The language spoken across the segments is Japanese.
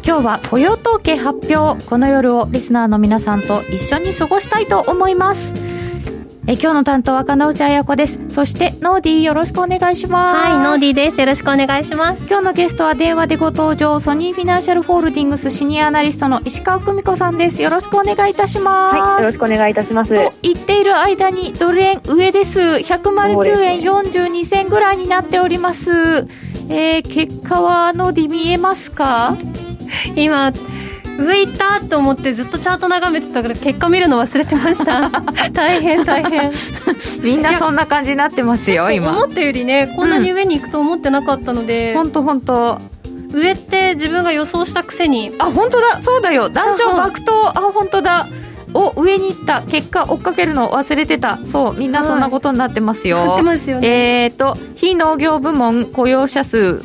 今日は雇用統計発表、この夜をリスナーの皆さんと一緒に過ごしたいと思います。今日の担当は金内彩子です。そしてノーディー、よろしくお願いします。 はい、ノーディーです。よろしくお願いします。 今日のゲストは電話でご登場、ソニーフィナンシャルホールディングスシニアアナリストの石川久美子さんです。よろしくお願いいたします。 はい、よろしくお願いいたします。 と言っている間にドル円上です。109円42銭ぐらいになっております。結果はノーディー見えますか？ 今上行ったと思ってずっとチャート眺めてたから結果見るの忘れてました大変みんなそんな感じになってますよ。今思ったよりね、こんなに上に行くと思ってなかったので、 本当上って自分が予想したくせに、 本当だ、そうだよ、団長爆投、本当だ、上に行った。結果追っかけるの忘れてた。そう、みんなそんなことになってますよ。 なってますよね。 非農業部門雇用者数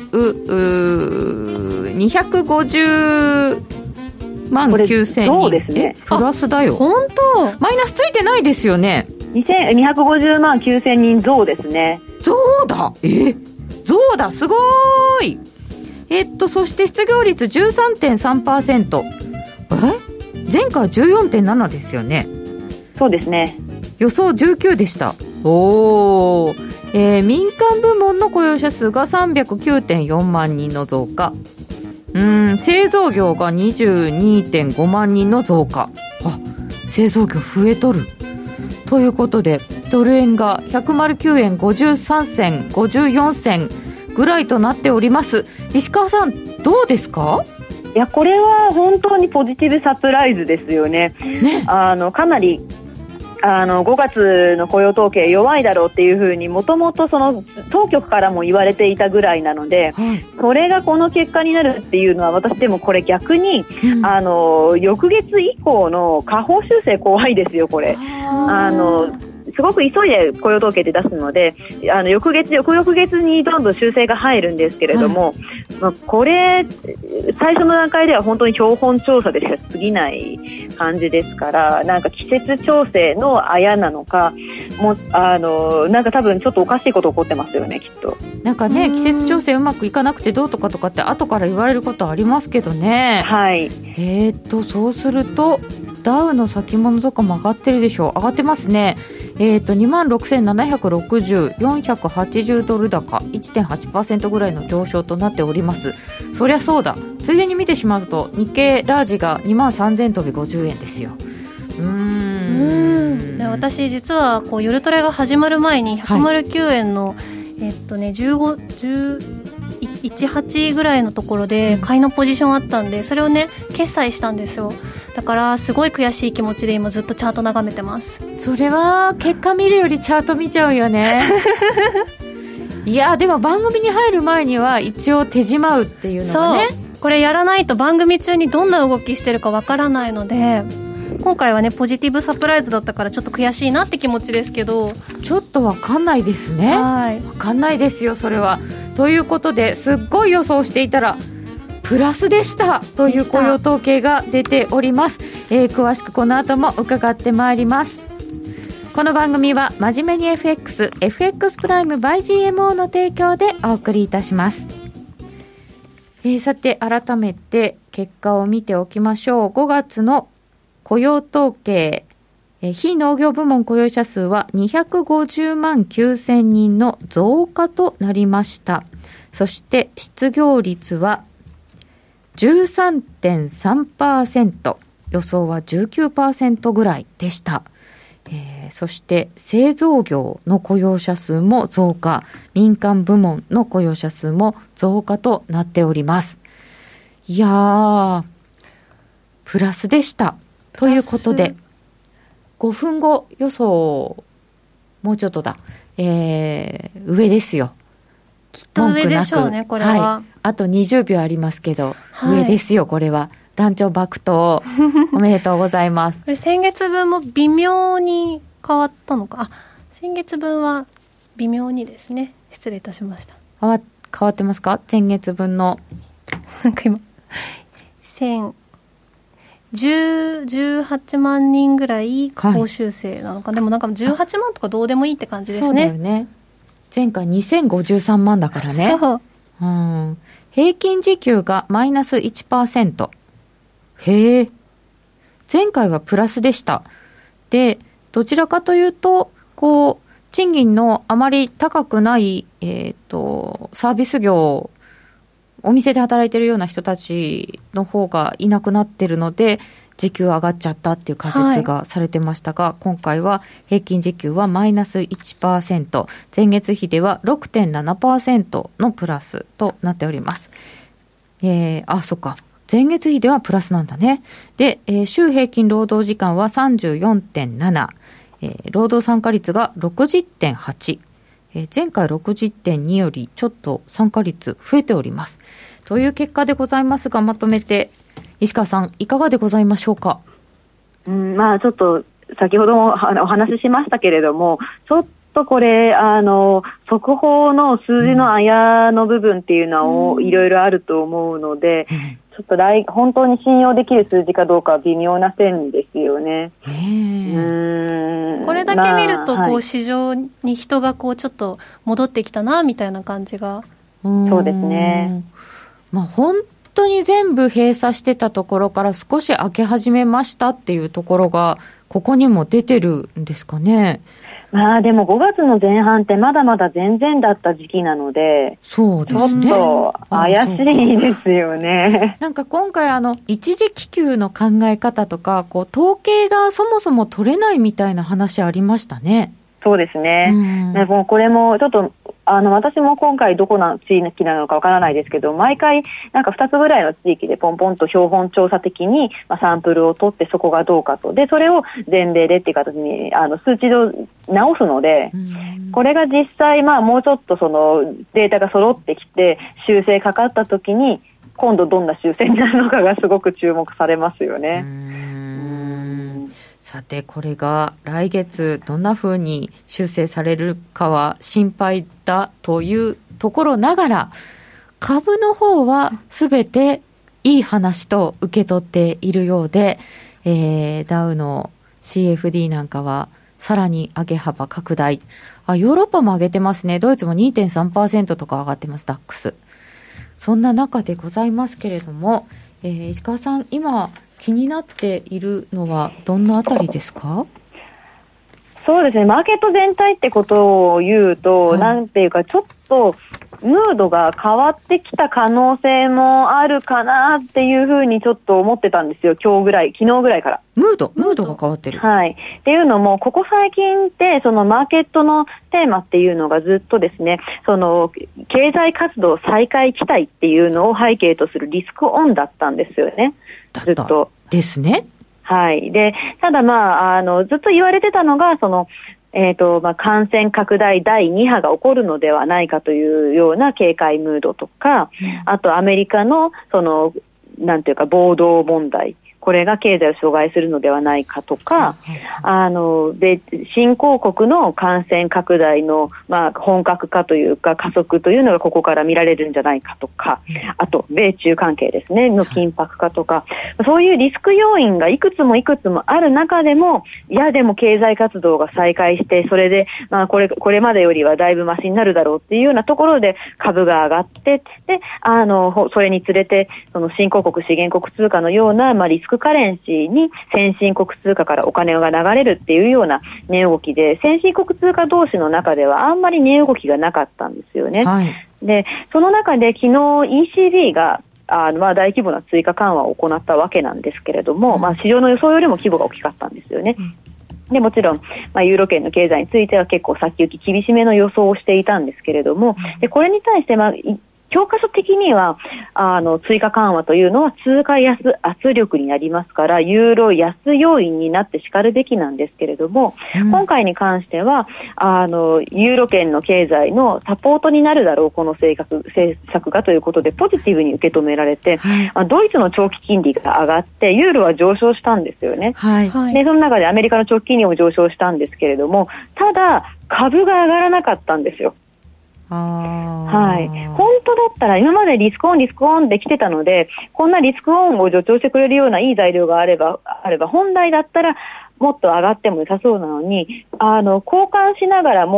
250万9000人。 そうですね。 プラスだよ。 本当？ マイナスついてないですよね。 250万9000人増ですね。 増だ。増だ。すごーい。そして失業率 13.3%。前回 14.7 ですよね。 そうですね。 予想19でした。民間部門の雇用者数が 309.4 万人の増加。製造業が 22.5 万人の増加。製造業増えとるということで、ドル円が109円53銭54銭ぐらいとなっております。石川さん、どうですか？ いや、これは本当にポジティブサプライズですよね。かなり5月の雇用統計弱いだろうっていうふうにもともとその当局からも言われていたぐらいなので、それがこの結果になるっていうのは、私でもこれ逆に、翌月以降の下方修正怖いですよ。これすごく急いで雇用統計って出すので、翌々月にどんどん修正が入るんですけれども、これ最初の段階では本当に標本調査でしか過ぎない感じですから、なんか季節調整のあやなのか、なんか多分ちょっとおかしいこと起こってますよね、きっと。 なんかね、季節調整うまくいかなくてどうとかって後から言われることありますけどね。 はい。 そうするとダウの先物とかも上がってるでしょう。上がってますね。26,760、480ドル高 1.8% ぐらいの上昇となっております。そりゃそうだ。ついでに見てしまうと日経ラージが 23,000 飛び50円ですよ。 で、私実は夜トレが始まる前に109円の、18ぐらいのところで買いのポジションあったんで、それをね決済したんですよ。だからすごい悔しい気持ちで今ずっとチャート眺めてます。 それは結果見るよりチャート見ちゃうよねいやでも番組に入る前には一応手締まうっていうのがね、 これやらないと番組中にどんな動きしてるかわからないので、今回はねポジティブサプライズだったからちょっと悔しいなって気持ちですけど、 ちょっとわかんないですね。わかんないですよ、それは。ということですっごい予想していたらプラスでしたという雇用統計が出ております。詳しくこの後も伺ってまいります。この番組は真面目に FX プライム by GMO の提供でお送りいたします。さて改めて結果を見ておきましょう。5月の雇用統計、非農業部門雇用者数は250万9000人の増加となりました。そして失業率は 13.3%、 予想は 19% ぐらいでした。そして製造業の雇用者数も増加、民間部門の雇用者数も増加となっております。いやー、プラスでしたということで、5分後予想、もうちょっとだ、上ですよ。 きっと上でしょうね、これは。 あと20秒ありますけど、上ですよ、これは。団長爆投おめでとうございます。 これ先月分も微妙に変わったのか。先月分は微妙にですね、失礼いたしました。 変わってますか？先月分のなんか今18万人ぐらい下方修正なのか、でもなんか18万とかどうでもいいって感じですね。 そうだよね。前回2053万だからね。 そう。 平均時給がマイナス 1%。へえ。前回はプラスでした。で、どちらかというと、こう、賃金のあまり高くない、サービス業、お店で働いているような人たちの方がいなくなってるので、時給上がっちゃったっていう仮説がされてましたが、今回は平均時給はマイナス 1%、前月比では 6.7% のプラスとなっております。そっか。前月比ではプラスなんだね。で、週平均労働時間は 34.7、労働参加率が 60.8、前回 60.2 よりちょっと参加率増えております。という結果でございますが、まとめて石川さんいかがでございましょうか。 ちょっと先ほどもお話ししましたけれども、ちょっとこれ速報の数字のあやの部分っていうのはいろいろあると思うので、ちょっと本当に信用できる数字かどうかは微妙な線ですよね。 これだけ見るとこう市場に人がこうちょっと戻ってきたなみたいな感じが。 そうですね。 本当に全部閉鎖してたところから少し開け始めましたっていうところがここにも出てるんですかね。 でも5月の前半ってまだまだ全然だった時期なので、 そうですね、 ちょっと怪しいですよね。 なんか今回一時帰給の考え方とかこう統計がそもそも取れないみたいな話ありましたね。 そうですね。もうこれもちょっと私も今回どこの地域なのかわからないですけど、毎回なんか2つぐらいの地域でポンポンと標本調査的にサンプルを取ってそこがどうかと、でそれを全米でっていう形に数値を直すので、これが実際もうちょっとそのデータが揃ってきて修正かかった時に今度どんな修正になるのかがすごく注目されますよね。 さてこれが来月どんな風に修正されるかは心配だというところながら、株の方はすべていい話と受け取っているようで、ダウの CFD なんかはさらに上げ幅拡大。ヨーロッパも上げてますね。ドイツも 2.3% とか上がってます、ダックス。そんな中でございますけれども、石川さん今気になっているのはどんなあたりですか？ そうですね、マーケット全体ってことを言うと、なんていうかちょっとムードが変わってきた可能性もあるかなっていうふうにちょっと思ってたんですよ。昨日ぐらいからムードが変わってる。 はい。っていうのも、ここ最近ってそのマーケットのテーマっていうのがずっとですね、その経済活動再開期待っていうのを背景とするリスクオンだったんですよね。ずっとですね。 はい。で、ただずっと言われてたのが、その、感染拡大第2波が起こるのではないかというような警戒ムードとか、あとアメリカの、その、なんていうか、暴動問題。これが経済を障害するのではないかとか、で、新興国の感染拡大の、本格化というか加速というのがここから見られるんじゃないかとか、あと、米中関係ですね、の緊迫化とか、そういうリスク要因がいくつもある中でも、いや、でも経済活動が再開して、それで、これまでよりはだいぶマシになるだろうっていうようなところで株が上がって、で、それにつれて、その新興国資源国通貨のような、リスクカレンシーに先進国通貨からお金が流れるっていうような値動きで、先進国通貨同士の中ではあんまり値動きがなかったんですよね。で、その中で昨日 ECB が大規模な追加緩和を行ったわけなんですけれども、市場の予想よりも規模が大きかったんですよね。でもちろん、ユーロ圏の経済については結構先行き厳しめの予想をしていたんですけれども、でこれに対して教科書的には追加緩和というのは通貨安圧力になりますからユーロ安要因になってしかるべきなんですけれども、今回に関してはユーロ圏の経済のサポートになるだろうこの政策がということでポジティブに受け止められて、ドイツの長期金利が上がってユーロは上昇したんですよね。でその中でアメリカの長期金利も上昇したんですけれども、ただ株が上がらなかったんですよ。本当だったら今までリスクオンできてたので、こんなリスクオンを助長してくれるようないい材料があれば本来だったらもっと上がっても良さそうなのに、交換しながらも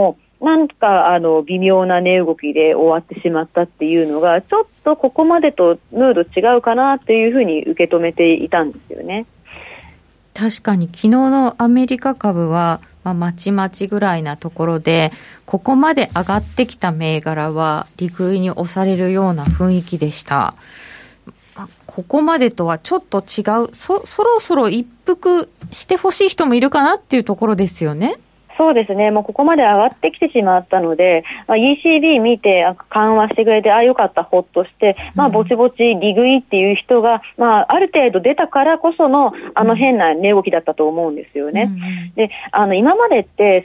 なんか微妙な値動きで終わってしまったっていうのがちょっとここまでとムード違うかなっていうふうに受け止めていたんですよね。 確かに昨日のアメリカ株は、まちまちぐらいなところで、ここまで上がってきた銘柄は利食いに押されるような雰囲気でした。ここまでとはちょっと違う、そろそろ一服してほしい人もいるかなっていうところですよね。 そうですね。もうここまで上がってきてしまったので、ECB 見て緩和してくれて、よかった、ほっとして、ぼちぼち利食いっていう人が、ある程度出たからこその、変な値動きだったと思うんですよね。で、今までって、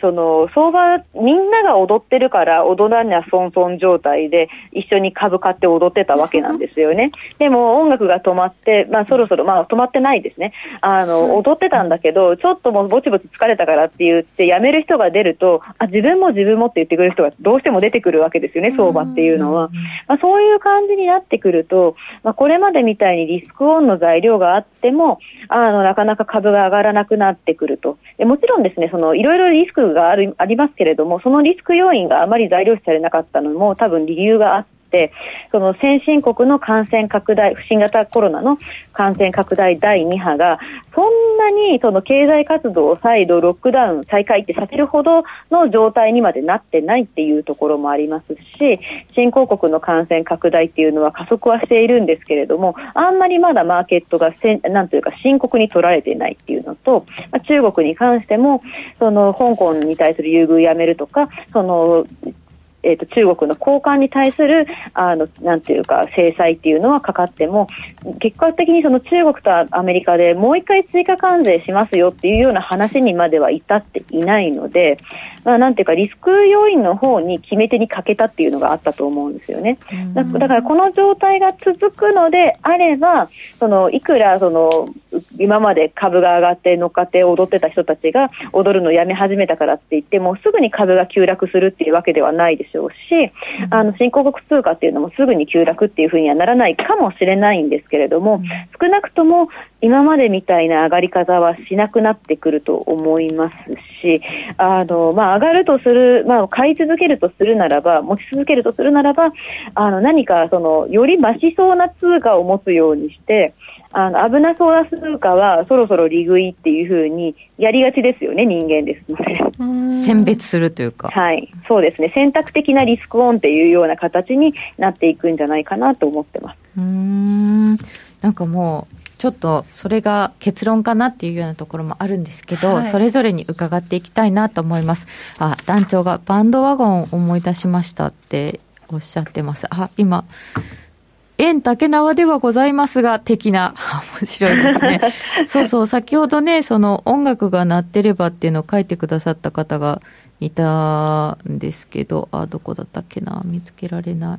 相場、みんなが踊ってるから、踊らにゃ損々状態で、一緒に株買って踊ってたわけなんですよね。でも、音楽が止まって、そろそろ、止まってないですね。踊ってたんだけど、ちょっともうぼちぼち疲れたからって言って、やめる人が出ると、自分もって言ってくる人がどうしても出てくるわけですよね、相場っていうのは。そういう感じになってくると、これまでみたいにリスクオンの材料があっても、なかなか株が上がらなくなってくると。もちろんですね、いろいろリスクがありますけれども、そのリスク要因があまり材料視されなかったのも多分理由があって、先進国の感染拡大、新型コロナの感染拡大第2波がそんなに経済活動を再度ロックダウン再開ってさせるほどの状態にまでなってないっていうところもありますし、新興国の感染拡大っていうのは加速はしているんですけれども、あんまりまだマーケットがなんというか深刻に取られていないっていうのと、中国に関しても香港に対する優遇やめるとか、中国の高官に対するなんていうか制裁っていうのはかかっても、結果的に中国とアメリカでもう一回追加関税しますよっていうような話にまでは至っていないので、なんていうかリスク要因の方に決め手にかけたっていうのがあったと思うんですよね。だからこの状態が続くのであれば、いくら今まで株が上がって乗っかって踊ってた人たちが踊るのをやめ始めたからって言ってもすぐに株が急落するっていうわけではないでしょうし、新興国通貨っていうのもすぐに急落っていうふうにはならないかもしれないんですけれども、少なくとも今までみたいな上がり方はしなくなってくると思いますし、上がるとする、買い続けるとするならば、持ち続けるとするならば、何かより増しそうな通貨を持つようにして、危なそうな通貨はそろそろ利食いっていうふうにやりがちですよね、人間ですので。 選別するというか。 はい、そうですね。選択的なリスクオンっていうような形になっていくんじゃないかなと思ってます。 なんかもうちょっとそれが結論かなっていうようなところもあるんですけど、それぞれに伺っていきたいなと思います。団長がバンドワゴンを思い出しましたっておっしゃってます。今円竹縄ではございますが的な面白いですね。そう先ほどね、音楽が鳴ってればっていうのを書いてくださった方がいたんですけど、どこだったっけな、見つけられない。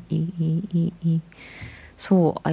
そう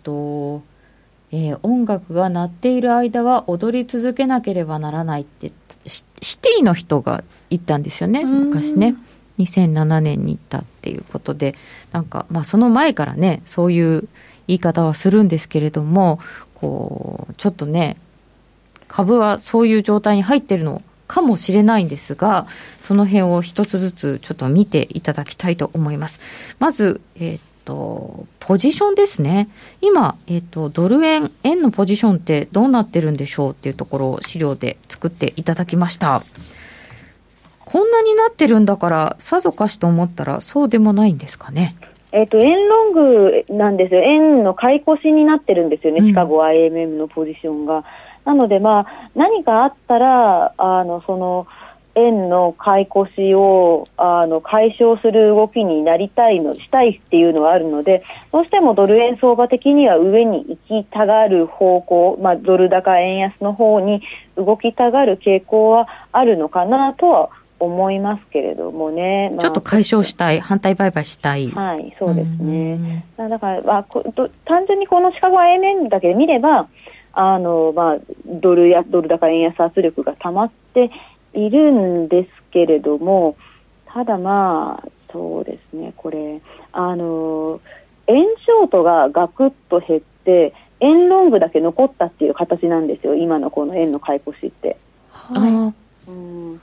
音楽が鳴っている間は踊り続けなければならないってシティの人が言ったんですよね、昔ね。2007年に行ったっていうことで、なんかその前からねそういう言い方はするんですけれども、ちょっとね株はそういう状態に入ってるのかもしれないんですが、その辺を一つずつちょっと見ていただきたいと思います。まずポジションですね。今、ドル円のポジションってどうなってるんでしょうっていうところを資料で作っていただきました。こんなになってるんだからさぞかしと思ったらそうでもないんですかね。 円ロングなんですよ。円の買い越しになってるんですよね、シカゴ IMM のポジションが。なので何かあったら円の買い越しを解消する動きにしたいっていうのはあるので、どうしてもドル円相場的には上に行きたがる方向、ドル高円安の方に動きたがる傾向はあるのかなとは思いますけれどもね。 ちょっと解消したい、反対売買したい。 はい、そうですね。だから単純にこのシカゴ IMM だけで見ればドル高円安圧力が溜まっているんですけれども、ただそうですね、これ円ショートがガクッと減って円ロングだけ残ったっていう形なんですよ、今のこの円の買い越しって。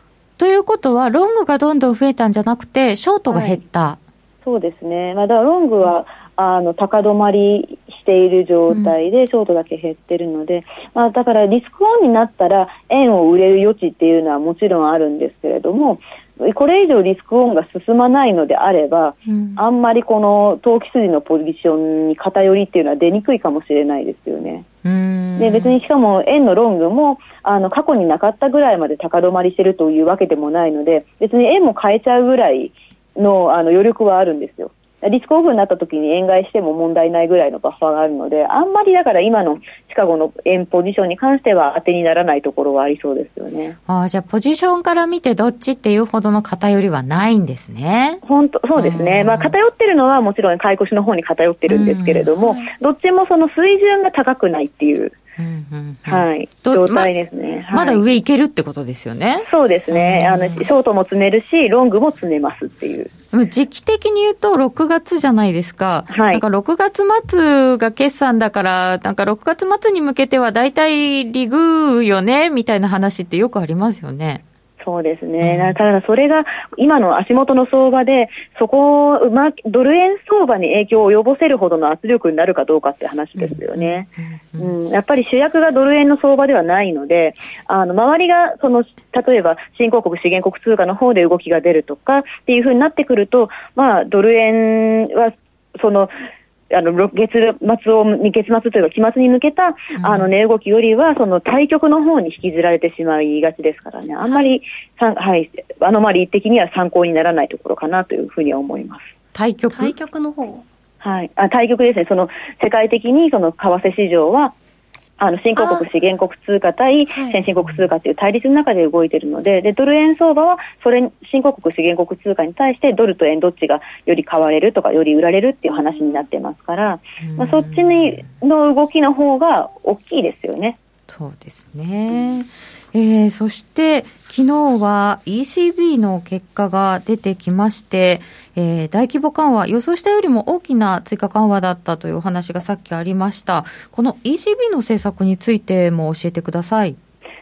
ということはロングがどんどん増えたんじゃなくてショートが減った、はい、 そうですね、だからロングは高止まりしている状態でショートだけ減ってるので、だからリスクオンになったら円を売れる余地っていうのはもちろんあるんですけれども、これ以上リスクオンが進まないのであれば、あんまりこの投機筋のポジションに偏りっていうのは出にくいかもしれないですよね。で別にしかも円のロングも過去になかったぐらいまで高止まりしてるというわけでもないので、別に円も買えちゃうぐらいの余力はあるんですよ。リスクオフになった時に円買いしても問題ないぐらいのバッファーがあるので、あんまりだから今のシカゴの円ポジションに関しては当てにならないところはありそうですよね。 じゃあポジションから見てどっちっていうほどの偏りはないんですね。 本当そうですね、偏ってるのはもちろん買い越しの方に偏ってるんですけれども、どっちもその水準が高くないっていう、はい、状態ですね。 まだ上行けるってことですよね。 そうですね、ショートも積めるしロングも積めますっていう。 時期的に言うと6月じゃないですか、はい、なんか6月末が決算だからなんか6月末に向けてはだいたい利食よねみたいな話ってよくありますよね。 そうですね、ただそれが今の足元の相場でそこをドル円相場に影響を及ぼせるほどの圧力になるかどうかって話ですよね。やっぱり主役がドル円の相場ではないので、周りが例えば新興国資源国通貨の方で動きが出るとかっていう風になってくると、ドル円は月末というか期末に向けた値動きよりはその対局の方に引きずられてしまいがちですからね、あんまり、アノマリー的には参考にならないところかなというふうには思います。 対局の方、 はい、対局ですね。世界的に為替市場は新興国資源国通貨対先進国通貨という対立の中で動いているので、ドル円相場は新興国資源国通貨に対してドルと円どっちがより買われるとかより売られるっていう話になってますから、そっちの動きの方が大きいですよね。 そうですね。そして昨日は ECB の結果が出てきまして、大規模緩和予想したよりも大きな追加緩和だったというお話がさっきありました。この ECB の政策についても教えてください。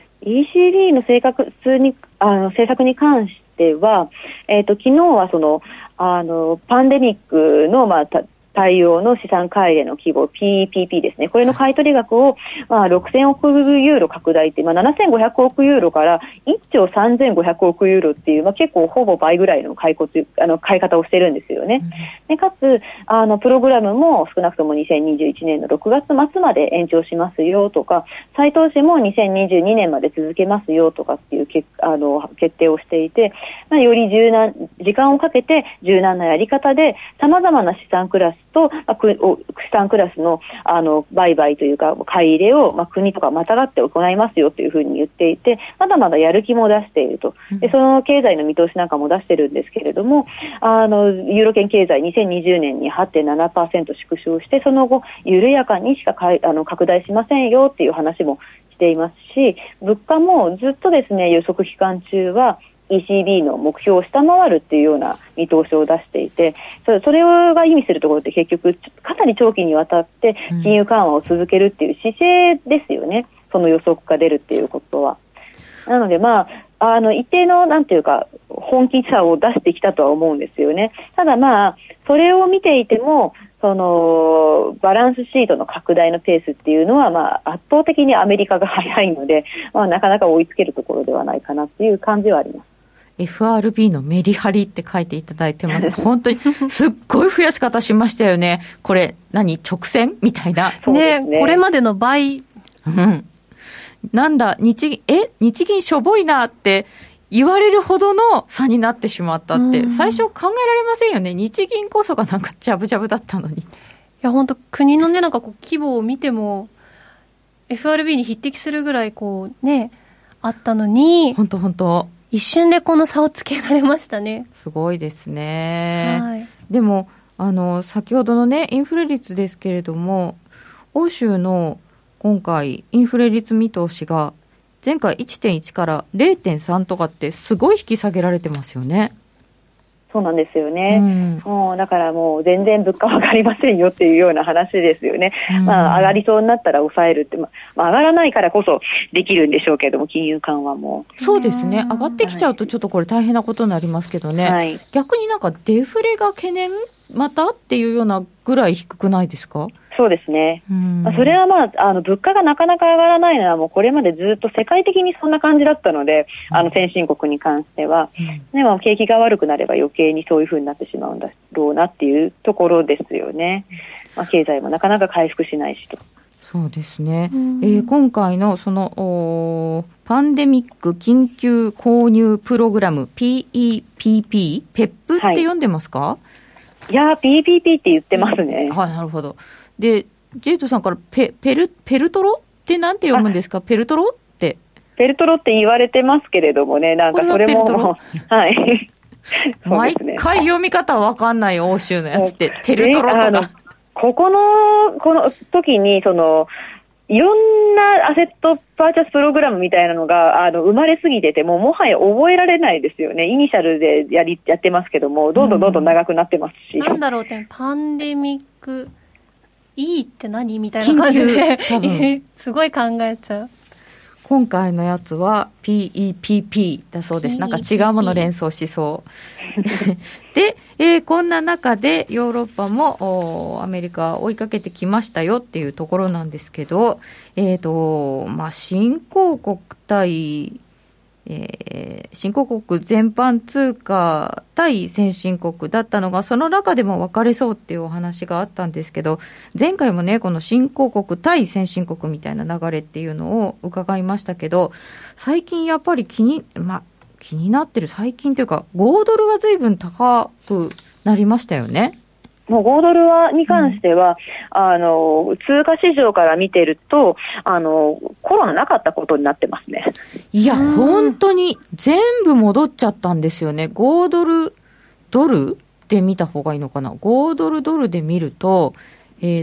ECB の政策に関しては、昨日はパンデミックの対応の資産買い入れの規模 PPP ですね。これの買取額を6000億ユーロ拡大って7500億ユーロから1兆3500億ユーロっていう結構ほぼ倍ぐらいの買い方をしてるんですよね。でかつプログラムも少なくとも2021年の6月末まで延長しますよとか、再投資も2022年まで続けますよとかっていう決定をしていて、より時間をかけて柔軟なやり方で様々な資産クラスと資産クラスの売買というか買い入れを国とかまたがって行いますよというふうに言っていて、まだまだやる気も出していると。でその経済の見通しなんかも出してるんですけれども、ユーロ圏経済2020年に 8.7% 縮小してその後緩やかにしか拡大しませんよっていう話もしていますし、物価もずっとですね予測期間中はECB の目標を下回るっていうような見通しを出していて、それが意味するところって結局かなり長期にわたって金融緩和を続けるっていう姿勢ですよね。その予測が出るっていうことは。なので一定のなんていうか本気さを出してきたとは思うんですよね。ただそれを見ていてもバランスシートの拡大のペースっていうのは圧倒的にアメリカが早いので、なかなか追いつけるところではないかなっていう感じはあります。 FRB のメリハリって書いていただいてます。本当にすっごい増やし方しましたよね。これ直線みたいな。 ね、これまでの倍。 なんだ日銀しょぼいなって言われるほどの差になってしまったって最初考えられませんよね。日銀こそがなんかジャブジャブだったのに。いや本当国のね規模を見ても FRB に匹敵するぐらいあったのに、 本当一瞬でこの差をつけられましたね。 すごいですね。でも先ほどのねインフレ率ですけれども、欧州の今回インフレ率見通しが前回 1.1 から 0.3 とかってすごい引き下げられてますよね。 そうなんですよね、もうだからもう全然物価は上がりませんよっていうような話ですよね、まあ、上がりそうになったら抑えるって、まあ、上がらないからこそできるんでしょうけども、金融緩和もそうですね、上がってきちゃうとちょっとこれ大変なことになりますけどね、はい、逆になんかデフレが懸念またっていうようなぐらい低くないですか？ そうですね、まあ、それはまあ、物価がなかなか上がらないのはもうこれまでずっと世界的にそんな感じだったので、先進国に関しては、でも景気が悪くなれば余計にそういう風になってしまうんだろうなっていうところですよね、まあ、経済もなかなか回復しないしと。 そうですね、今回のそのパンデミック緊急購入プログラム PEPP って読んでますか？はい、 いや PPP って言ってますね。 はい、なるほど。で、ジェイトさんからペルトロってなんて読むんですか？ペルトロって言われてますけれどもね、なんかそれもはい毎回読み方わかんない欧州のやつってテルトロとか、 この時にそのいろんなアセットパーチャスプログラムみたいなのが生まれすぎてて、もはや覚えられないですよね。イニシャルでやってますけども、どんどん長くなってますし、 なんだろうって、パンデミックいいって何みたいな感じですごい考えちゃう。 今回のやつは PEPP だそうです。なんか違うもの連想しそうで、こんな中でヨーロッパもアメリカ追いかけてきましたよっていうところなんですけど、まあ、新興国対新興国全般通貨対先進国だったのが、その中でも分かれそうっていうお話があったんですけど、前回もね、この新興国対先進国みたいな流れっていうのを伺いましたけど、最近やっぱり気になってる、最近というか5ドルが随分高くなりましたよね。 もう5ドルに関しては、通貨市場から見てるとコロナなかったことになってますね。 いや本当に全部戻っちゃったんですよね。5ドルで見た方がいいのかな。5ドルで見ると今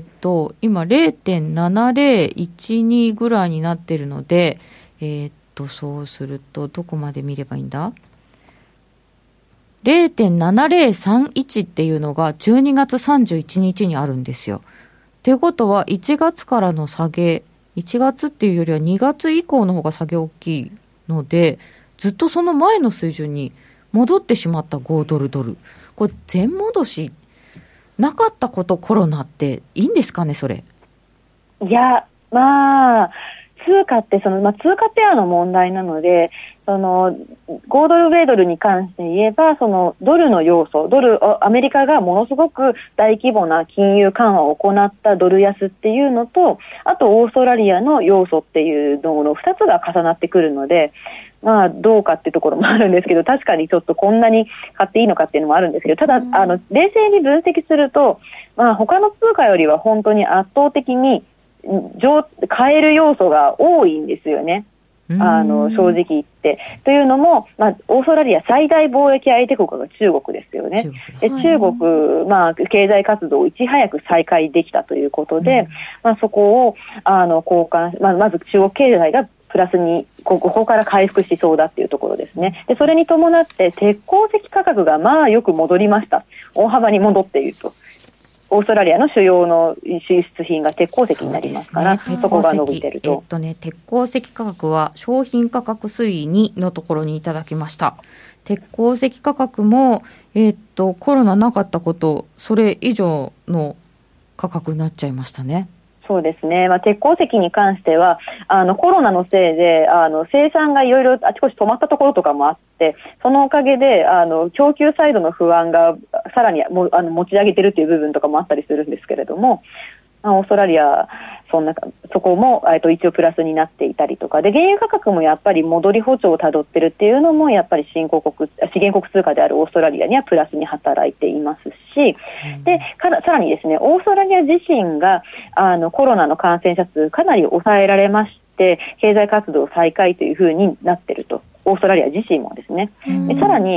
0.7012 ぐらいになってるので、そうするとどこまで見ればいいんだ。0.7031 っていうのが12月31日にあるんですよ。ということは1月からの下げ、1月っていうよりは2月以降の方が下げ大きいので、ずっとその前の水準に戻ってしまった5ドル。これ全戻しなかったこと、コロナっていいんですかね、それ。 いや、まあ通貨って通貨ペアの問題なので、5ドル米ドルに関して言えば、そのドルの要素、アメリカがものすごく大規模な金融緩和を行ったドル安っていうのと、あとオーストラリアの要素っていうのの2つが重なってくるので、まあどうかっていうところもあるんですけど、確かにちょっとこんなに買っていいのかっていうのもあるんですけど、ただ冷静に分析すると、まあ他の通貨よりは本当に圧倒的に買える要素が多いんですよね。正直言って。というのも、オーストラリア最大貿易相手国が中国ですよね。中国、経済活動をいち早く再開できたということで、そこを交換、まず中国経済がプラスにここから回復しそうだっていうところですね。でそれに伴って鉄鉱石価格がよく戻りました。大幅に戻っていると。オーストラリアの主要の輸出品が鉄鉱石になりますから、そこが伸びてると。 鉄鉱石価格は商品価格推移2のところにいただきました。鉄鉱石価格も、コロナなかったこと、それ以上の価格になっちゃいましたね。 そうですね、鉄鉱石に関してはコロナのせいで生産がいろいろあちこち止まったところとかもあって、そのおかげで供給サイドの不安がさらに持ち上げてるっていう部分とかもあったりするんですけれども、オーストラリアそこも一応プラスになっていたりとかで、原油価格もやっぱり戻り歩調をたどってるっていうのもやっぱり資源国通貨であるオーストラリアにはプラスに働いていますし、でさらにですね、オーストラリア自身がコロナの感染者数かなり抑えられまして、経済活動再開というふうになっていると、オーストラリア自身もですね。でさらに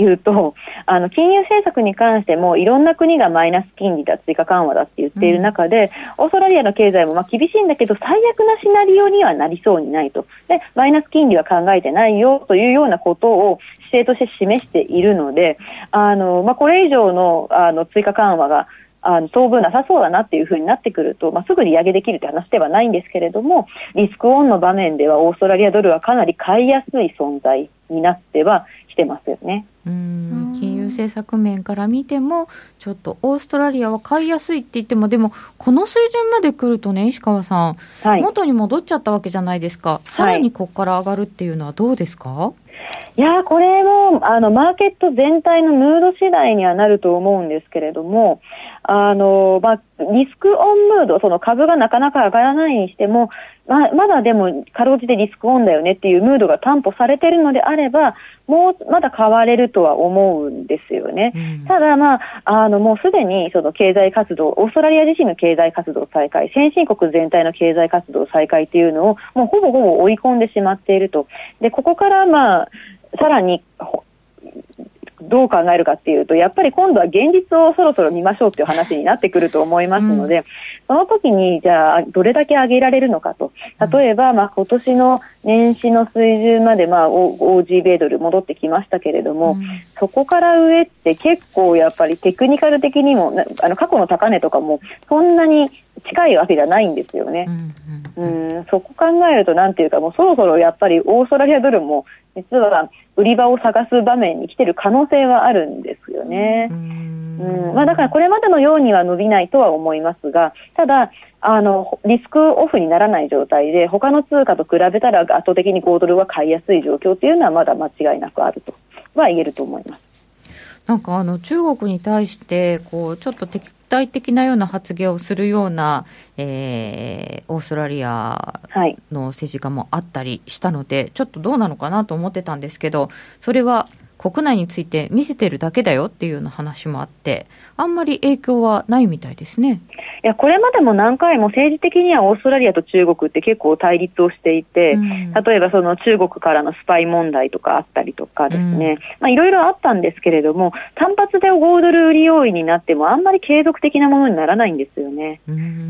言うと、金融政策に関してもいろんな国がマイナス金利だ、追加緩和だって言っている中で、オーストラリアの経済も厳しいんだけど、最悪なシナリオにはなりそうにないと。で、マイナス金利は考えてないよというようなことを姿勢として示しているので、これ以上の、追加緩和が当分なさそうだなっていう風になってくると、すぐ利上げできるって話ではないんですけれども、リスクオンの場面ではオーストラリアドルはかなり買いやすい存在になってはきてますよね。 金融政策面から見てもちょっとオーストラリアは買いやすいって言っても、でもこの水準まで来るとね、石川さん、元に戻っちゃったわけじゃないですか。さらにここから上がるっていうのはどうですか？ いや、これもマーケット全体のムード次第にはなると思うんですけれども、リスクオンムード、その株がなかなか上がらないにしても、まだでもかろうじてリスクオンだよねっていうムードが担保されているのであれば、まだ買われるとは思うんですよね。ただもうすでにその経済活動、オーストラリア自身の経済活動再開、先進国全体の経済活動再開っていうのをもうほぼ追い込んでしまっていると。で、ここからさらにどう考えるかっていうと、やっぱり今度は現実をそろそろ見ましょうっていう話になってくると思いますので、その時にじゃあどれだけ上げられるのかと。例えば今年の年始の水準までOG 米ドル戻ってきましたけれども、そこから上って結構やっぱりテクニカル的にも過去の高値とかもそんなに近いわけじゃないんですよね。そこ考えるとなんていうか、もうそろそろやっぱりオーストラリアドルも実は売り場を探す場面に来てる可能性はあるんですよね。だからこれまでのようには伸びないとは思いますが、ただリスクオフにならない状態で他の通貨と比べたら圧倒的に5ドルは買いやすい状況というのはまだ間違いなくあるとは言えると思います。 なんか中国に対してちょっと敵対的なような発言をするような、オーストラリアの政治家もあったりしたので、ちょっとどうなのかなと思ってたんですけど、それは国内について見せてるだけだよっていうような話もあって、あんまり影響はないみたいですね。 いや、これまでも何回も政治的にはオーストラリアと中国って結構対立をしていて、例えばその中国からのスパイ問題とかあったりとかですね、いろいろあったんですけれども、単発で5ドル売り要因になってもあんまり継続的なものにならないんですよね。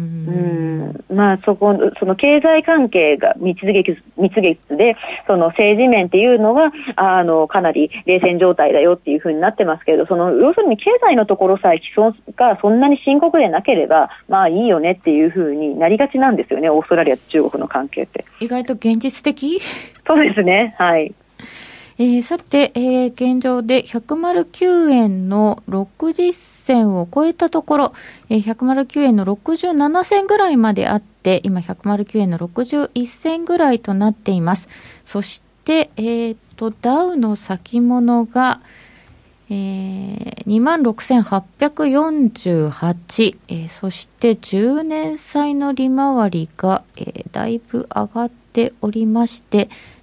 その経済関係が蜜月で、その政治面っていうのはかなり冷戦状態だよっていう風になってますけれど、要するに経済のところさえ既存がそんなに深刻でなければいいよねっていう風になりがちなんですよね、オーストラリアと中国の関係って。 意外と現実的。 そうですね。はい。 さて、現状で109円の60銭を超えたところ、109円の67銭ぐらいまであって、今109円の61銭ぐらいとなっています。そして、ダウの先物が、26,848、そして10年債の利回りが、だいぶ上がっておりまして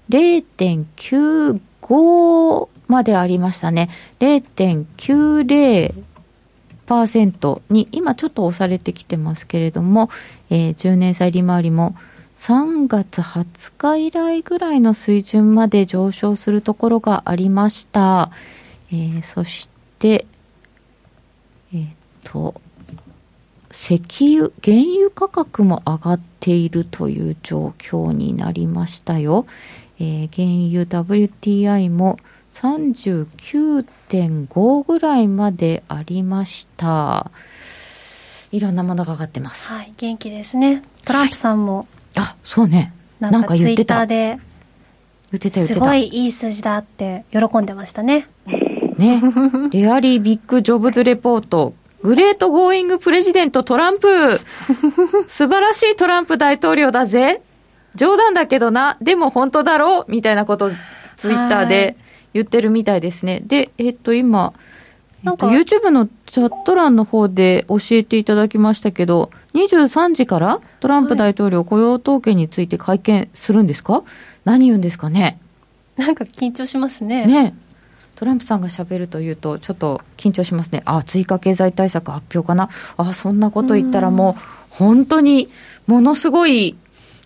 、0.95 までありましたね。 0.90% に今ちょっと押されてきてますけれども、10年債利回りも3月20日以来ぐらいの水準まで上昇するところがありました。そして石油、原油価格も上がっているという状況になりましたよ。原油 WTI も 39.5 ぐらいまでありました。いろんなものが上がってます。 はい、元気ですね。トランプさんも、 そうね、なんか言ってた。 ツイッターですごいいい数字だって喜んでましたね。 レアリービッグジョブズレポート、グレートゴーイングプレジデントトランプ素晴らしいトランプ大統領だぜ、冗談だけどな、でも本当だろうみたいなことをツイッターで言ってるみたいですね。で、今YouTube のチャット欄の方で教えていただきましたけど、23時からトランプ大統領雇用統計について会見するんですか？何言うんですかね。 なんか緊張しますね。 トランプさんが喋るというとちょっと緊張しますね。追加経済対策発表かな。そんなこと言ったらもう本当にものすごい